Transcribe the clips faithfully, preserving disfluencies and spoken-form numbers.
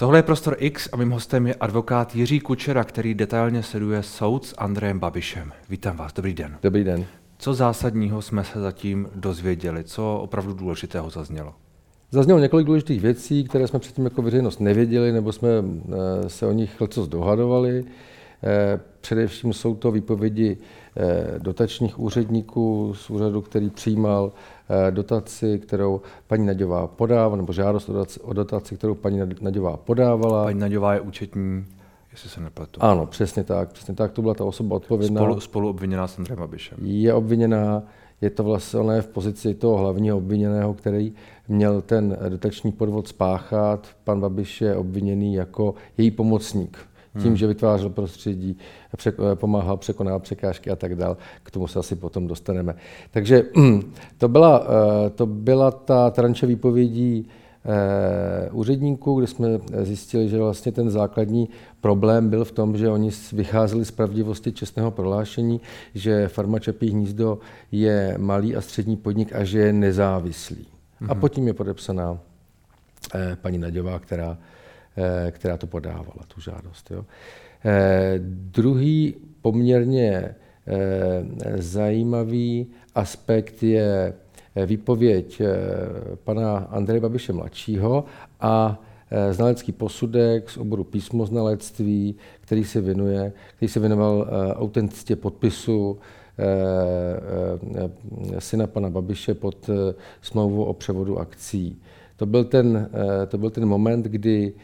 Tohle je Prostor X a mým hostem je advokát Jiří Kučera, který detailně sleduje soud s Andrejem Babišem. Vítám vás, dobrý den. Dobrý den. Co zásadního jsme se zatím dozvěděli? Co opravdu důležitého zaznělo? Zaznělo několik důležitých věcí, které jsme předtím jako veřejnost nevěděli, nebo jsme se o nich leccos dohadovali. Především jsou to výpovědi dotačních úředníků z úřadu, který přijímal dotaci, kterou paní Naďová podávala, nebo žádost o dotaci, kterou paní Naďová podávala. Paní Naďová je účetní, jestli se nepletu. Ano, přesně tak. Přesně tak, to byla ta osoba odpovědná. Spolu, spolu obviněná s Andrejem Babišem. Je obviněná, je to vlastně ona je v pozici toho hlavního obviněného, který měl ten dotační podvod spáchat. Pan Babiš je obviněný jako její pomocník. Tím, hmm. že vytvářel prostředí, pomáhal překonávat překážky a tak dál. K tomu se asi potom dostaneme. Takže to byla, to byla ta tranše výpovědí úředníků, kde jsme zjistili, že vlastně ten základní problém byl v tom, že oni vycházeli z pravdivosti čestného prohlášení, že Farma Čapí hnízdo je malý a střední podnik a že je nezávislý. Hmm. A pod tím je podepsaná paní Naďová, která která to podávala, tu žádost. Jo. Eh, druhý poměrně eh, zajímavý aspekt je výpověď eh, pana Andreje Babiše mladšího a eh, znalecký posudek z oboru písmoznalectví, který se věnuje, který se věnoval eh, autenticitě podpisu eh, eh, syna pana Babiše pod eh, smlouvu o převodu akcií. To byl ten, eh, to byl ten moment, kdy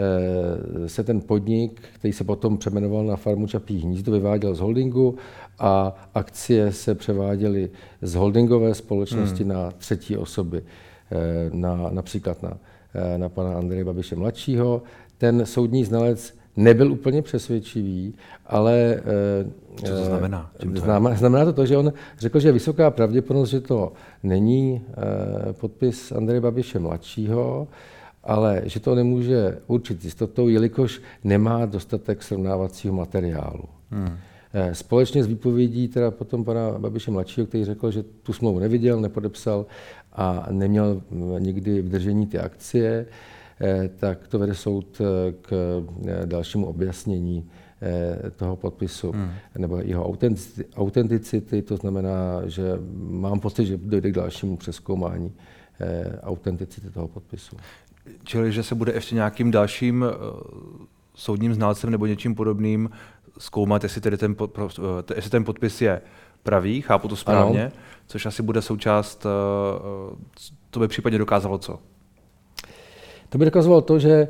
se ten podnik, který se potom přeměnoval na Farmu Čapí hnízdo, vyváděl z holdingu a akcie se převáděly z holdingové společnosti hmm. na třetí osoby, na, například na, na pana Andreje Babiše mladšího. Ten soudní znalec nebyl úplně přesvědčivý, ale co to znamená? To znamená, znamená to to, že on řekl, že je vysoká pravděpodobnost, že to není podpis Andreje Babiše mladšího, ale že to nemůže určit s jistotou, jelikož nemá dostatek srovnávacího materiálu. Hmm. Společně s výpovědí teda potom pana Babiše mladšího, který řekl, že tu smlouvu neviděl, nepodepsal a neměl nikdy v držení ty akcie, tak to vede soud k dalšímu objasnění toho podpisu hmm. nebo jeho autenticity. To znamená, že mám pocit, že dojde k dalšímu přezkoumání autenticity toho podpisu. Čili, že se bude ještě nějakým dalším uh, soudním znalcem nebo něčím podobným zkoumat, jestli, tedy ten, pod, uh, jestli ten podpis je pravý, chápu to správně, ano. Což asi bude součást, uh, to by případně dokázalo co? To by dokázalo to, že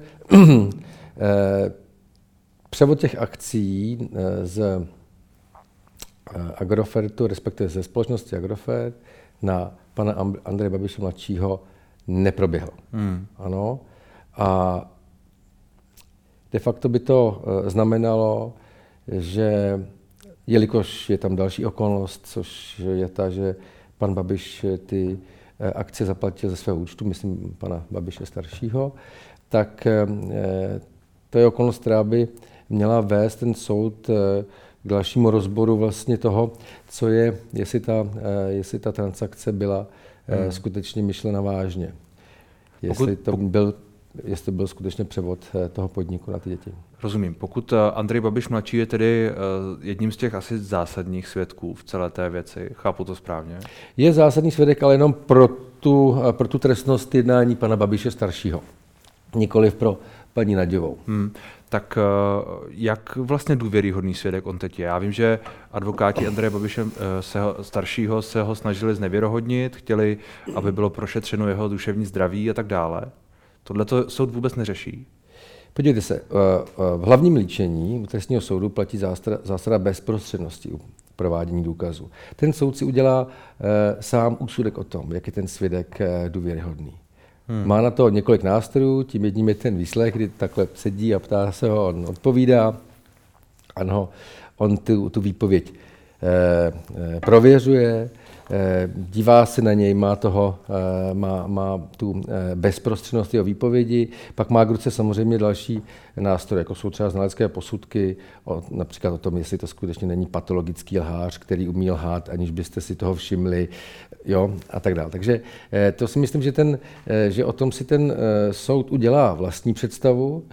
převod těch akcí z Agrofertu, respektive ze společnosti Agrofert na pana Andreje Babiše mladšího neproběhl. Hmm. Ano. A de facto by to znamenalo, že jelikož je tam další okolnost, což je ta, že pan Babiš ty akcie zaplatil ze svého účtu, myslím pana Babiše staršího, tak to je okolnost, která by měla vést ten soud k dalšímu rozboru vlastně toho, co je, jestli ta, jestli ta transakce byla Hmm. skutečně myšlena vážně. Jestli to, byl, jestli to byl skutečně převod toho podniku na ty děti. Rozumím. Pokud Andrej Babiš mladší je tedy jedním z těch asi zásadních svědků v celé té věci, chápu to správně? Je zásadní svědek, ale jenom pro tu, pro tu trestnost jednání pana Babiše staršího, nikoliv pro paní Naďovou. Hmm. Tak jak vlastně důvěryhodný svědek on teď je? Já vím, že advokáti Andreje Babiše se ho, staršího se ho snažili znevěrohodnit, chtěli, aby bylo prošetřeno jeho duševní zdraví a tak dále. Tohle to soud vůbec neřeší? Podívejte se, v hlavním líčení u trestního soudu platí zásada bezprostřednosti u provádění důkazů. Ten soud si udělá sám úsudek o tom, jak je ten svědek důvěryhodný. Hmm. Má na to několik nástrojů, tím jedním je ten výslech, kdy takhle sedí a ptá se ho, on odpovídá, ano, on tu, tu výpověď eh, eh, prověřuje, dívá se na něj, má, toho, má, má tu bezprostřednost jeho výpovědi, pak má k ruce samozřejmě další nástroje, jako jsou třeba znalecké posudky, o, například o tom, jestli to skutečně není patologický lhář, který umí lhát, aniž byste si toho všimli, jo, a tak dále. Takže to si myslím, že, ten, že o tom si ten soud udělá vlastní představu.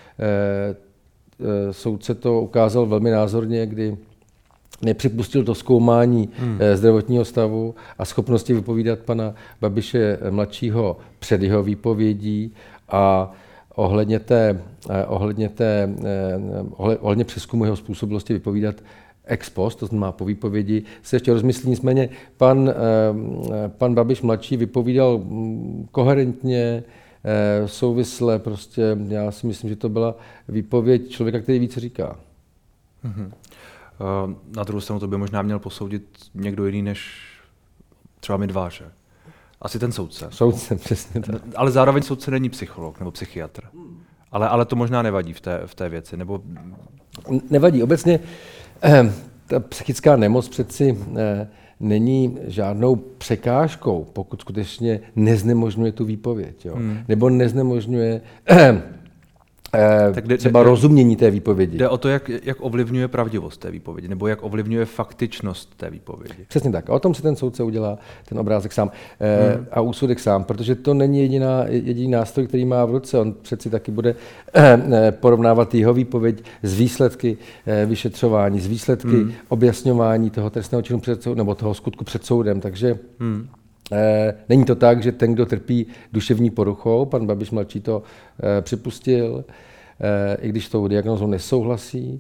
Soudce to ukázal velmi názorně, kdy nepřipustil to zkoumání hmm. zdravotního stavu a schopnosti vypovídat pana Babiše mladšího před jeho výpovědí a ohledně, té, ohledně, té, ohledně přezkumu jeho způsobilosti vypovídat ex post, to znamená po výpovědi, se ještě rozmyslí. Nicméně pan, pan Babiš mladší vypovídal koherentně, souvisle, prostě já si myslím, že to byla výpověď člověka, který více říká. Hmm. Na druhou stranu to by možná měl posoudit někdo jiný než třeba my dva, že? Asi ten soudce. Soudce, přesně tak. Ale zároveň soudce není psycholog nebo psychiatr. Ale, ale to možná nevadí v té, v té věci, nebo... Nevadí. Obecně eh, ta psychická nemoc přeci eh, není žádnou překážkou, pokud skutečně neznemožňuje tu výpověď. Jo? Hmm. Nebo neznemožňuje... Eh, tak jde, třeba jde, rozumění té výpovědi. Jde o to, jak, jak ovlivňuje pravdivost té výpovědi, nebo jak ovlivňuje faktičnost té výpovědi. Přesně tak. A o tom si ten soudce udělá ten obrázek sám hmm. a úsudek sám, protože to není jediná, jediný nástroj, který má v ruce. On přeci taky bude porovnávat jeho výpověď s výsledky vyšetřování, s výsledky hmm. objasňování toho trestného činu před soudem, nebo toho skutku před soudem. Takže hmm. není to tak, že ten, kdo trpí duševní poruchou, pan Babiš mladší to připustil, i když s tou diagnózou nesouhlasí,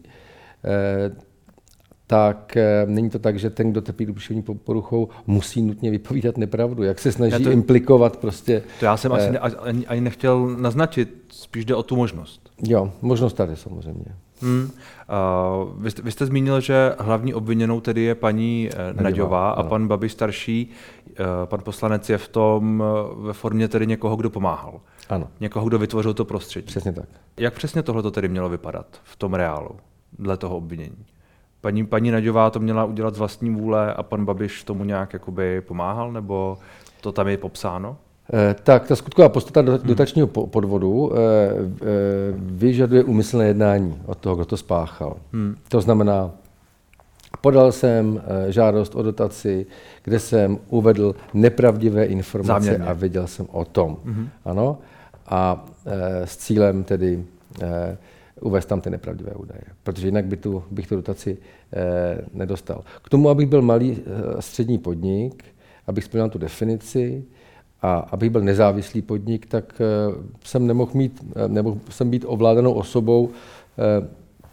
tak není to tak, že ten, kdo trpí duševní poruchou, musí nutně vypovídat nepravdu, jak se snaží to, implikovat prostě. To já jsem eh, asi ne, ani, ani nechtěl naznačit, spíš jde o tu možnost. Jo, možnost tady samozřejmě. Hmm. Uh, vy, jste, vy jste zmínil, že hlavní obviněnou tedy je paní uh, Naďová a pan Babiš starší, uh, pan poslanec je v tom uh, ve formě tedy někoho, kdo pomáhal. Ano. Někoho, kdo vytvořil to prostředí. Přesně tak. Jak přesně tohle to tedy mělo vypadat v tom reálu, dle toho obvinění? Paní, paní Naďová to měla udělat z vlastní vůle a pan Babiš tomu nějak jakoby pomáhal, nebo to tam je popsáno? Eh, tak, ta skutková podstata dotačního podvodu eh, eh, vyžaduje úmyslné jednání od toho, kdo to spáchal. Hmm. To znamená, podal jsem eh, žádost o dotaci, kde jsem uvedl nepravdivé informace Záměrně. A věděl jsem o tom. Hmm. Ano, a eh, s cílem tedy eh, uvést tam ty nepravdivé údaje, protože jinak by tu, bych tu dotaci eh, nedostal. K tomu, abych byl malý eh, střední podnik, abych splnil tu definici a abych byl nezávislý podnik, tak eh, jsem nemohl mít, eh, nemohl jsem být ovládanou osobou eh,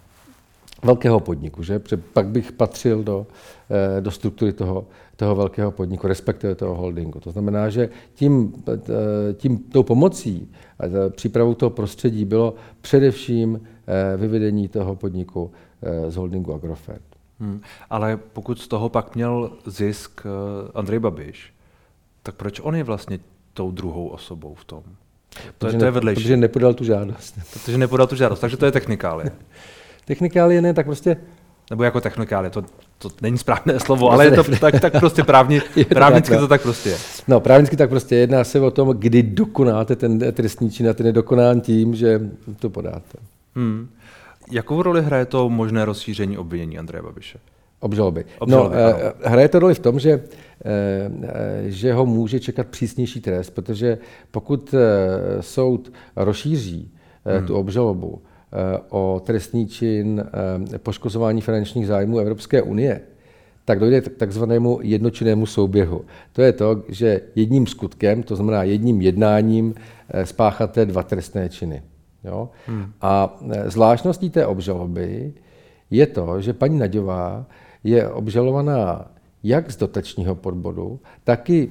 velkého podniku, že? Protože pak bych patřil do, eh, do struktury toho, toho velkého podniku, respektive toho holdingu. To znamená, že tím, tím tou pomocí a přípravou toho prostředí bylo především vyvedení toho podniku z holdingu Agrofert. Hmm. Ale pokud z toho pak měl zisk Andrej Babiš, tak proč on je vlastně tou druhou osobou v tom? To, je, to je vedlejší. Protože nepodal tu žádost. Protože nepodal tu žádost, takže to je technikálie. Technikálie ne, tak prostě... Nebo jako technikálie, to, to není správné slovo, ale je to tak, tak prostě právní, právnicky to tak prostě je. No, právnicky tak prostě jedná se o tom, kdy dokonáte ten trestný čin a ten je dokonán tím, že to podáte. Hmm. Jakou roli hraje to možné rozšíření obvinění Andreje Babiše? Obžaloby. Obžaloby no, eh, hraje to roli v tom, že, eh, že ho může čekat přísnější trest, protože pokud eh, soud rozšíří eh, hmm. tu obžalobu o trestný čin poškozování finančních zájmů Evropské unie, tak dojde k takzvanému jednočinnému souběhu. To je to, že jedním skutkem, to znamená jedním jednáním, spácháte dva trestné činy. Jo? Hmm. A zvláštností té obžaloby je to, že paní Naďová je obžalovaná jak z dotačního podvodu, tak i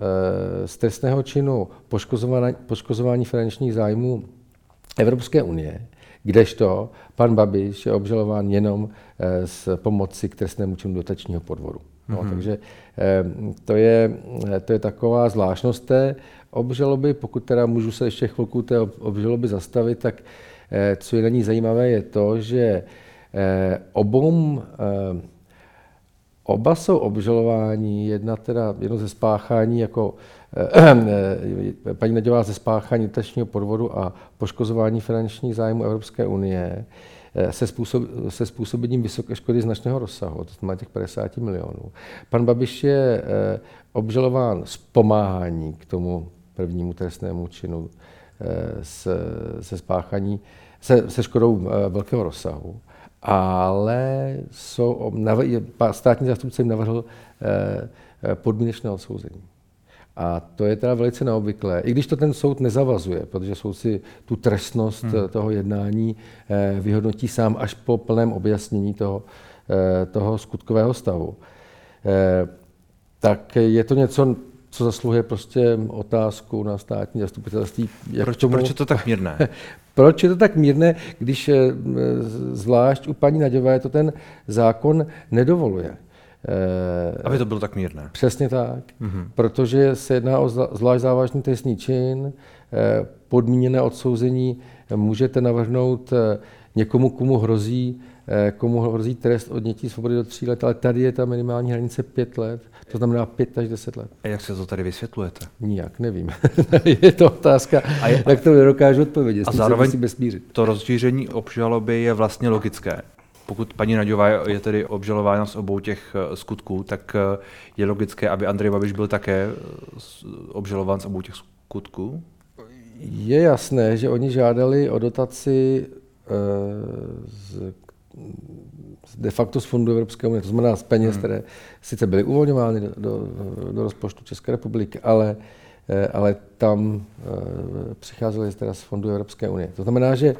z trestného činu poškozování, poškozování finančních zájmů Evropské unie, kdežto pan Babiš je obžalován jenom z pomoci k trestnému činu dotačního podvodu. No, mm-hmm. Takže to je, to je taková zvláštnost té obžaloby. Pokud teda můžu se ještě chvilku té obžaloby zastavit, tak co je na ní zajímavé, je to, že obou, Oba jsou obžalováni, jedna teda jedno ze spáchání jako eh, paní Nagyová ze spáchání dotačního podvodu a poškozování finančních zájmů Evropské unie eh, se, způsob, se způsobením vysoké škody značného rozsahu, to znamená těch padesát milionů. Pan Babiš je eh, obžalován z pomáhání k tomu prvnímu trestnému činu eh, se, se spáchání, se, se škodou eh, velkého rozsahu. Ale jsou, státní zástupce jim navrhl podmínečné odsouzení. A to je teda velice neobvyklé, i když to ten soud nezavazuje, protože soud si tu trestnost hmm. toho jednání vyhodnotí sám až po plném objasnění toho, toho skutkového stavu. Tak je to něco, co zasluhuje prostě otázku na státní zastupitelství. Jak proč, tomu... proč je to tak mírné? Proč je to tak mírné, když zvlášť u paní Nagyové to ten zákon nedovoluje? Aby to bylo tak mírné. Přesně tak, mm-hmm. protože se jedná o zvlášť závažný trestný čin, podmíněné odsouzení můžete navrhnout někomu, komu hrozí, komu hrozí trest odnětí svobody do tří let, ale tady je ta minimální hranice pět let, to znamená pět až deset let. A jak se to tady vysvětlujete? Nijak, nevím. Je to otázka, a je, na kterou nedokážu odpovědět. A zároveň to rozšíření obžaloby je vlastně logické. Pokud paní Nagyová je tedy obžalována z obou těch skutků, tak je logické, aby Andrej Babiš byl také obžalován z obou těch skutků? Je jasné, že oni žádali o dotaci z, de facto z fondu Evropské unie, to znamená z peněz, hmm. které sice byly uvolňovány do, do, do rozpočtu České republiky, ale, ale tam přicházely teda z fondu Evropské unie. To znamená, že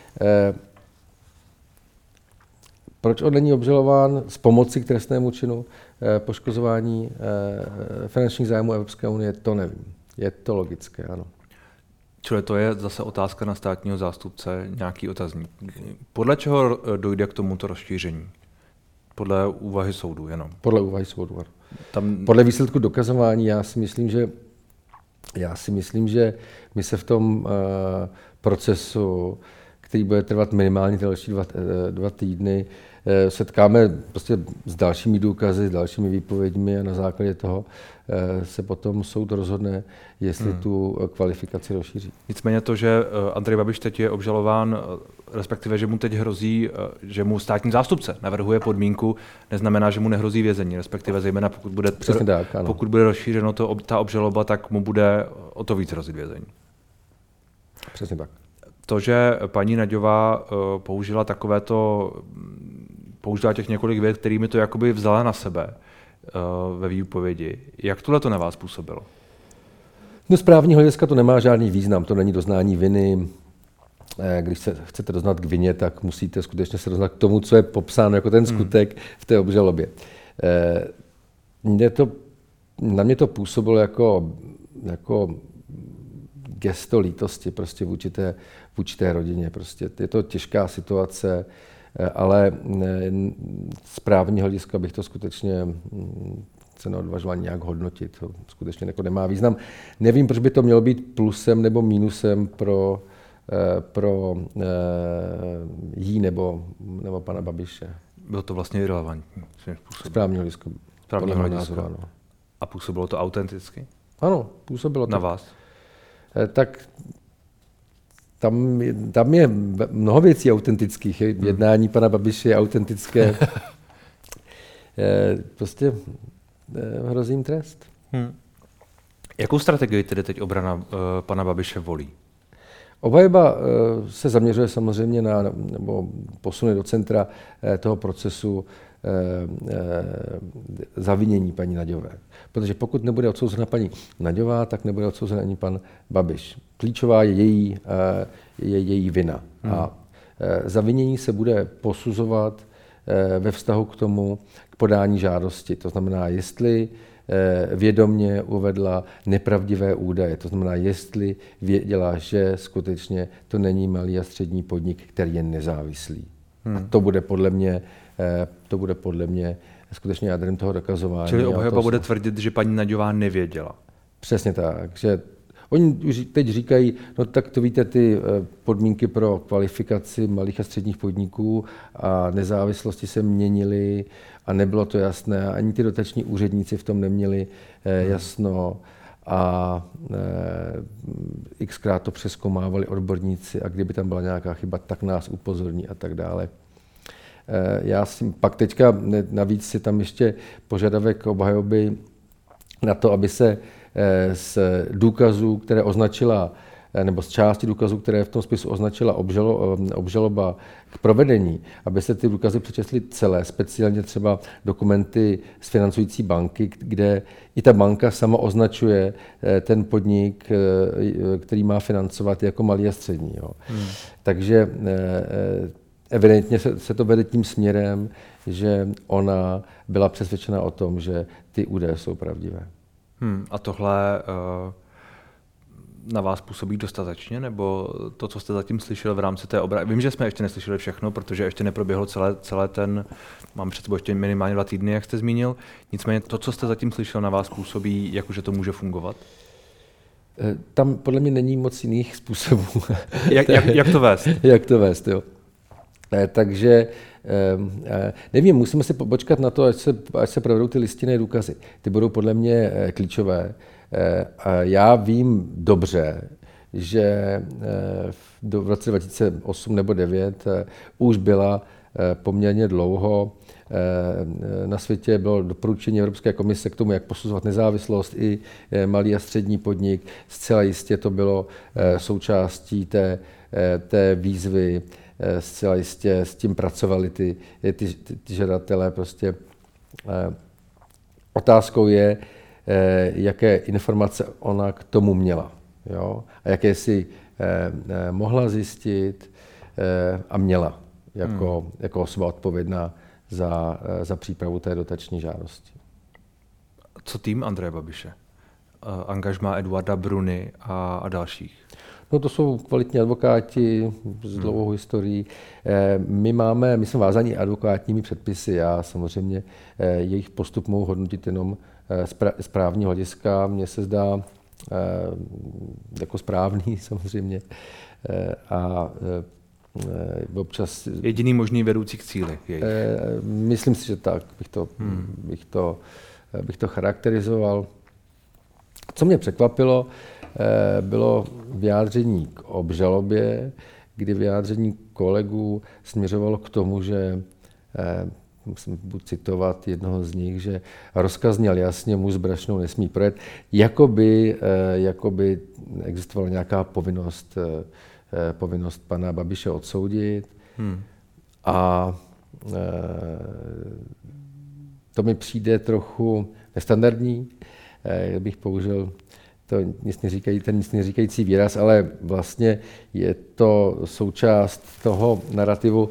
proč on není obžalován z pomoci k trestnému činu poškozování finančních zájmů Evropské unie, to nevím. Je to logické, ano. Čili to je zase otázka na státního zástupce, nějaký otazník. Podle čeho dojde k tomuto rozšíření? Podle úvahy soudu jenom? Podle úvahy soudu, ano. Tam... Podle výsledku dokazování já si myslím, že já si myslím, že my se v tom uh, procesu, který bude trvat minimálně další dva, dva týdny, setkáme prostě s dalšími důkazy, s dalšími výpověďmi a na základě toho se potom soud rozhodne, jestli hmm. tu kvalifikaci rozšíří. Nicméně to, že Andrej Babiš teď je obžalován, respektive, že mu teď hrozí, že mu státní zástupce navrhuje podmínku, neznamená, že mu nehrozí vězení, respektive zejména pokud bude, tak, pokud bude rozšířeno to, ta obžaloba, tak mu bude o to víc hrozit vězení. Přesně tak. To, že paní Nagyová použila takovéto, použila těch několik vět, kterými to jakoby vzala na sebe ve výpovědi, jak tohle to na vás působilo? No z právního hlediska to nemá žádný význam, to není doznání viny. Když se chcete doznat k vině, tak musíte skutečně se doznat k tomu, co je popsáno jako ten skutek hmm. v té obžalobě. Mě to, na mě to působilo jako, jako gesto lítosti prostě vůči té, vůči té rodině. Prostě je to těžká situace, ale z právního hlediska bych to skutečně se neodvažoval nějak hodnotit. To skutečně jako nemá význam. Nevím, proč by to mělo být plusem nebo mínusem pro, pro jí nebo, nebo pana Babiše. Bylo to vlastně irelevantní. Z právního hlediska. Z právního hlediska. Názoru, ano. A působilo to autenticky? Ano, působilo to. Na vás? Tak tam, tam je mnoho věcí autentických. Jednání pana Babiše je autentické. Prostě hrozí jim trest. Hmm. Jakou strategii tedy teď obrana uh, pana Babiše volí? Obhajoba uh, se zaměřuje samozřejmě na, nebo posune do centra uh, toho procesu uh, uh, zavinění paní Nagyové. Protože pokud nebude odsouzena paní Nagyová, tak nebude odsouzen ani pan Babiš. Klíčová je její, uh, je její vina. Hmm. A uh, zavinění se bude posuzovat uh, ve vztahu k tomu, k podání žádosti. To znamená, jestli vědomě uvedla nepravdivé údaje. To znamená, jestli věděla, že skutečně to není malý a střední podnik, který je nezávislý. Hmm. A to bude podle mě, to bude podle mě skutečně jádrem toho dokazování. Čili obhajoba bude tvrdit, že paní Nagyová nevěděla. Přesně tak, že Oni už teď říkají, no tak to víte, ty podmínky pro kvalifikaci malých a středních podniků a nezávislosti se měnily a nebylo to jasné. Ani ty dotační úředníci v tom neměli jasno a xkrát to přezkoumávali odborníci a kdyby tam byla nějaká chyba, tak nás upozorní a tak dále. Já si pak teďka navíc si tam ještě požadavek obhajoby na to, aby se z důkazů, které označila, nebo z části důkazů, které v tom spisu označila obžalo, obžaloba k provedení, aby se ty důkazy přečetly celé, speciálně třeba dokumenty z financující banky, kde i ta banka sama označuje ten podnik, který má financovat jako malý a střední. Jo. Hmm. Takže evidentně se, se to vede tím směrem, že ona byla přesvědčena o tom, že ty údaje jsou pravdivé. Hmm, a tohle uh, na vás působí dostatečně, nebo to, co jste zatím slyšel v rámci té obrany? Vím, že jsme ještě neslyšeli všechno, protože ještě neproběhlo celé, celé ten, mám před sebou ještě minimálně dva týdny, jak jste zmínil. Nicméně to, co jste zatím slyšel, na vás působí, jako že to může fungovat? Tam podle mě není moc jiných způsobů. jak, jak, jak to vést? jak to vést, jo. Takže nevím, musíme si počkat na to, až se, až se provedou ty listinné důkazy. Ty budou podle mě klíčové. Já vím dobře, že v roce dva tisíce osm nebo dva tisíce devět už byla poměrně dlouho na světě bylo doporučení Evropské komise k tomu, jak posuzovat nezávislost i malý a střední podnik. Zcela jistě to bylo součástí té, té výzvy. Zcela jistě s tím pracovali ty, ty, ty, ty žadatelé. Prostě. Otázkou je, jaké informace ona k tomu měla. Jo? A jaké si mohla zjistit a měla jako, hmm. jako osoba odpovědná za, za přípravu té dotační žádosti. Co tým Andreje Babiše? Angažmá Eduarda Bruny a, a dalších? No to jsou kvalitní advokáti s dlouhou hmm. historií. My máme, my jsme vázaní advokátními předpisy. Já samozřejmě jejich postup mohu hodnotit jenom z právního hlediska. Mně se zdá jako správný samozřejmě. A občas... Jediný možný vedoucí k cíli. Jejich. Myslím si, že tak bych to, hmm. bych to, bych to charakterizoval. Co mě překvapilo, bylo vyjádření k obžalobě, kdy vyjádření kolegů směřovalo k tomu, že, musím budu citovat jednoho z nich, že rozkaz zněl jasně, muž s brašnou nesmí projet, jakoby, jakoby existovala nějaká povinnost, povinnost pana Babiše odsoudit. Hmm. A to mi přijde trochu nestandardní, bych použil to nic neříkají, ten nic neříkající výraz, ale vlastně je to součást toho narrativu,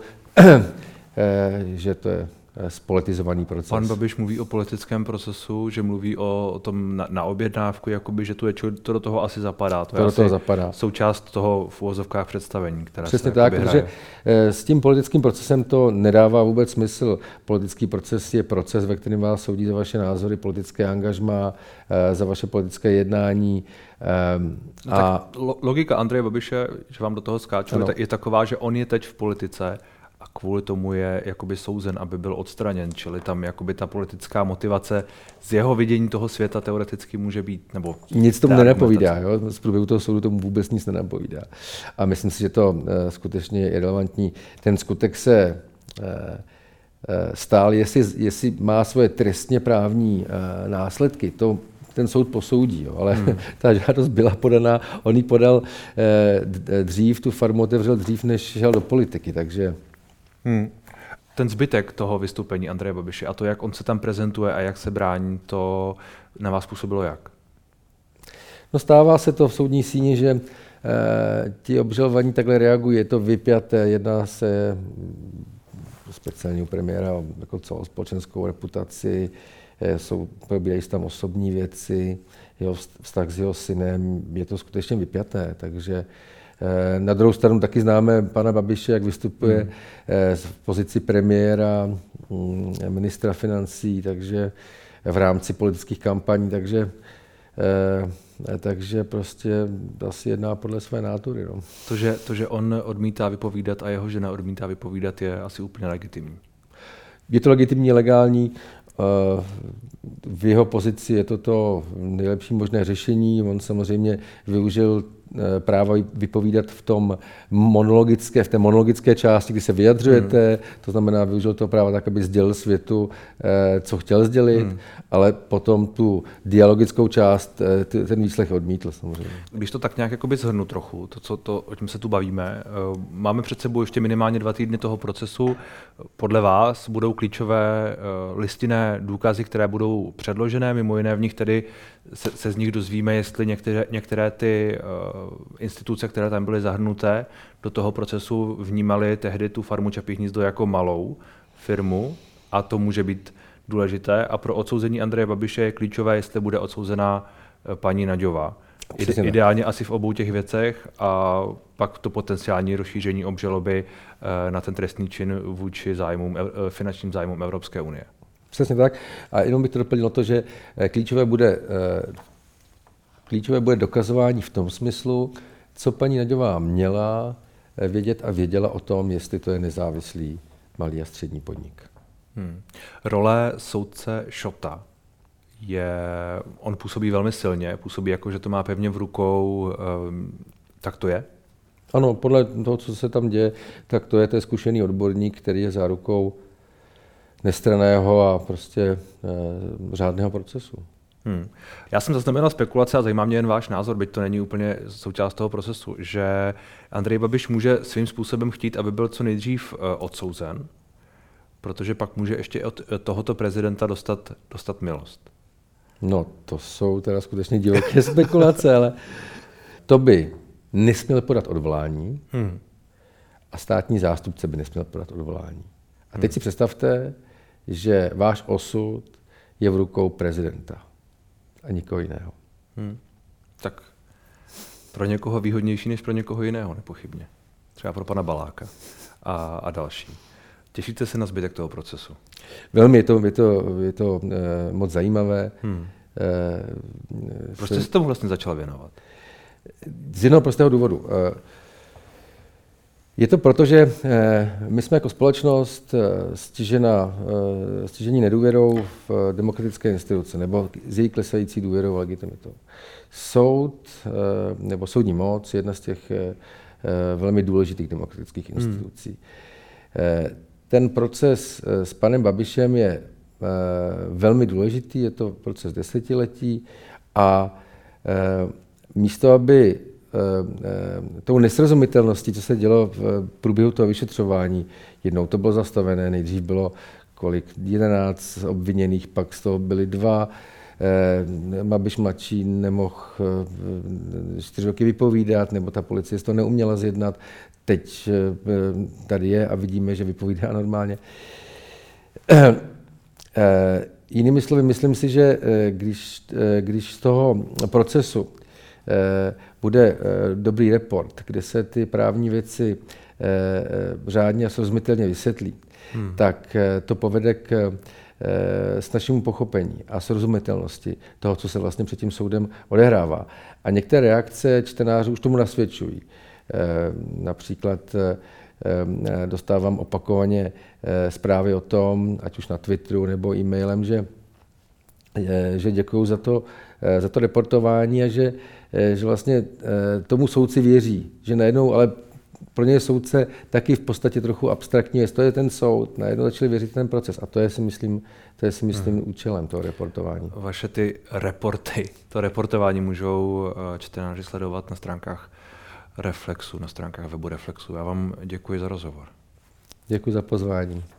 že to je spolitizovaný proces. Pan Babiš mluví o politickém procesu, že mluví o, o tom na, na objednávku, jakoby, že tu je, to do toho asi zapadá. To, to je do asi toho zapadá. Součást toho v uvozovkách představení, které Přesně se tak, hraje. protože s tím politickým procesem to nedává vůbec smysl. Politický proces je proces, ve kterém vás soudí za vaše názory, politické angažmá, za vaše politické jednání. No a tak logika Andreje Babiše, že vám do toho skáču, ano. je taková, že on je teď v politice a kvůli tomu je jakoby souzen, aby byl odstraněn, čili tam jakoby ta politická motivace z jeho vidění toho světa teoreticky může být, nebo... Nic tomu nenapovídá, jo? Z průběhu toho soudu tomu vůbec nic nenapovídá. A myslím si, že to uh, skutečně je relevantní. Ten skutek se uh, stál, jestli, jestli má svoje trestně právní uh, následky, to ten soud posoudí, jo, ale hmm. ta žádost byla podaná, on ji podal eh, dřív, tu farmu otevřel dřív, než šel do politiky, takže... Hmm. Ten zbytek toho vystoupení Andreje Babiše a to, jak on se tam prezentuje a jak se brání, to na vás působilo jak? No stává se to v soudní síni, že eh, ti obžalovaní takhle reagují, je to vypjaté, jedná se speciálně u premiéra o jako celospolečenskou reputaci, jsou, probíhají tam osobní věci, jeho vztah s jeho synem, je to skutečně vypjaté, takže na druhou stranu taky známe pana Babiše, jak vystupuje hmm. v pozici premiéra, ministra financí, takže v rámci politických kampaní, takže Takže prostě asi jedná podle své nátury. No. To, že, to, že on odmítá vypovídat a jeho žena odmítá vypovídat, je asi úplně legitimní. Je to legitimní, legální. V jeho pozici je to to nejlepší možné řešení. On samozřejmě využil práva vypovídat v tom monologické, v té monologické části, kdy se vyjadřujete, hmm. to znamená, využil to práva tak, aby sdělil světu, co chtěl sdělit, hmm. ale potom tu dialogickou část, ten výslech odmítl samozřejmě. Když to tak nějak jakoby shrnu trochu, to, co to, o čem se tu bavíme, máme před sebou ještě minimálně dva týdny toho procesu. Podle vás budou klíčové listinné důkazy, které budou předložené, mimo jiné v nich tedy se, se z nich dozvíme, jestli některé, některé ty uh, instituce, které tam byly zahrnuté do toho procesu, vnímaly tehdy tu farmu Čapí hnízdo jako malou firmu a to může být důležité. A pro odsouzení Andreje Babiše je klíčové, jestli bude odsouzená paní Naďová. Ide, ideálně asi v obou těch věcech a pak to potenciální rozšíření obžaloby uh, na ten trestný čin vůči zájmům, uh, finančním zájmům Evropské unie. Přesně tak. A jenom bych to doplnil to, že klíčové bude, klíčové bude dokazování v tom smyslu, co paní Naďová měla vědět a věděla o tom, jestli to je nezávislý malý a střední podnik. Hmm. Role soudce Šota je, on působí velmi silně, působí jako, že to má pevně v rukou, tak to je? Ano, podle toho, co se tam děje, tak to je, to je zkušený odborník, který je zárukou nestranného a prostě e, řádného procesu. Hmm. Já jsem zaznamenal spekulace a zajímá mě jen váš názor, byť to není úplně součást toho procesu, že Andrej Babiš může svým způsobem chtít, aby byl co nejdřív e, odsouzen, protože pak může ještě od tohoto prezidenta dostat, dostat milost. No, to jsou teda skutečně divoké spekulace, ale to by nesměl podat odvolání hmm. a státní zástupce by nesměl podat odvolání. A teď hmm. si představte, že váš osud je v rukou prezidenta a nikoho jiného. Hmm. Tak pro někoho výhodnější než pro někoho jiného, nepochybně. Třeba pro pana Baláka a, a další. Těšíte se na zbytek toho procesu? Velmi, je to, je to, je to uh, moc zajímavé. Hmm. Uh, Proč jste se tomu vlastně začal věnovat? Z jednoho prostého důvodu. Uh, Je to proto, že my jsme jako společnost stižena, stižení nedůvěrou v demokratické instituce nebo z její klesající důvěrou a legitimitou. Soud nebo soudní moc je jedna z těch velmi důležitých demokratických institucí. Hmm. Ten proces s panem Babišem je velmi důležitý, je to proces desetiletí a místo, aby tou nesrozumitelností, co se dělo v průběhu toho vyšetřování. Jednou to bylo zastavené, nejdřív bylo kolik, jedenáct obviněných, pak z toho byly dva. Babiš mladší nemohl čtyři roky vypovídat, nebo ta policie to neuměla zjednat. Teď tady je a vidíme, že vypovídá normálně. Jinými slovy, myslím si, že když, když z toho procesu bude dobrý report, kde se ty právní věci řádně a srozumitelně vysvětlí, hmm. tak to povede k s našemu pochopení a srozumitelnosti toho, co se vlastně před tím soudem odehrává. A některé reakce čtenářů už tomu nasvědčují. Například dostávám opakovaně zprávy o tom, ať už na Twitteru nebo e-mailem, že, že děkuju za to, za to reportování a že, že vlastně tomu soudci věří, že najednou, ale pro ně je soudce taky v podstatě trochu abstraktní, jestli to je ten soud, najednou začali věřit ten proces a to je si myslím, to je si myslím hmm. účelem toho reportování. Vaše ty reporty, to reportování můžou čtenáři sledovat na stránkách Reflexu, na stránkách webu Reflexu. Já vám děkuji za rozhovor. Děkuji za pozvání.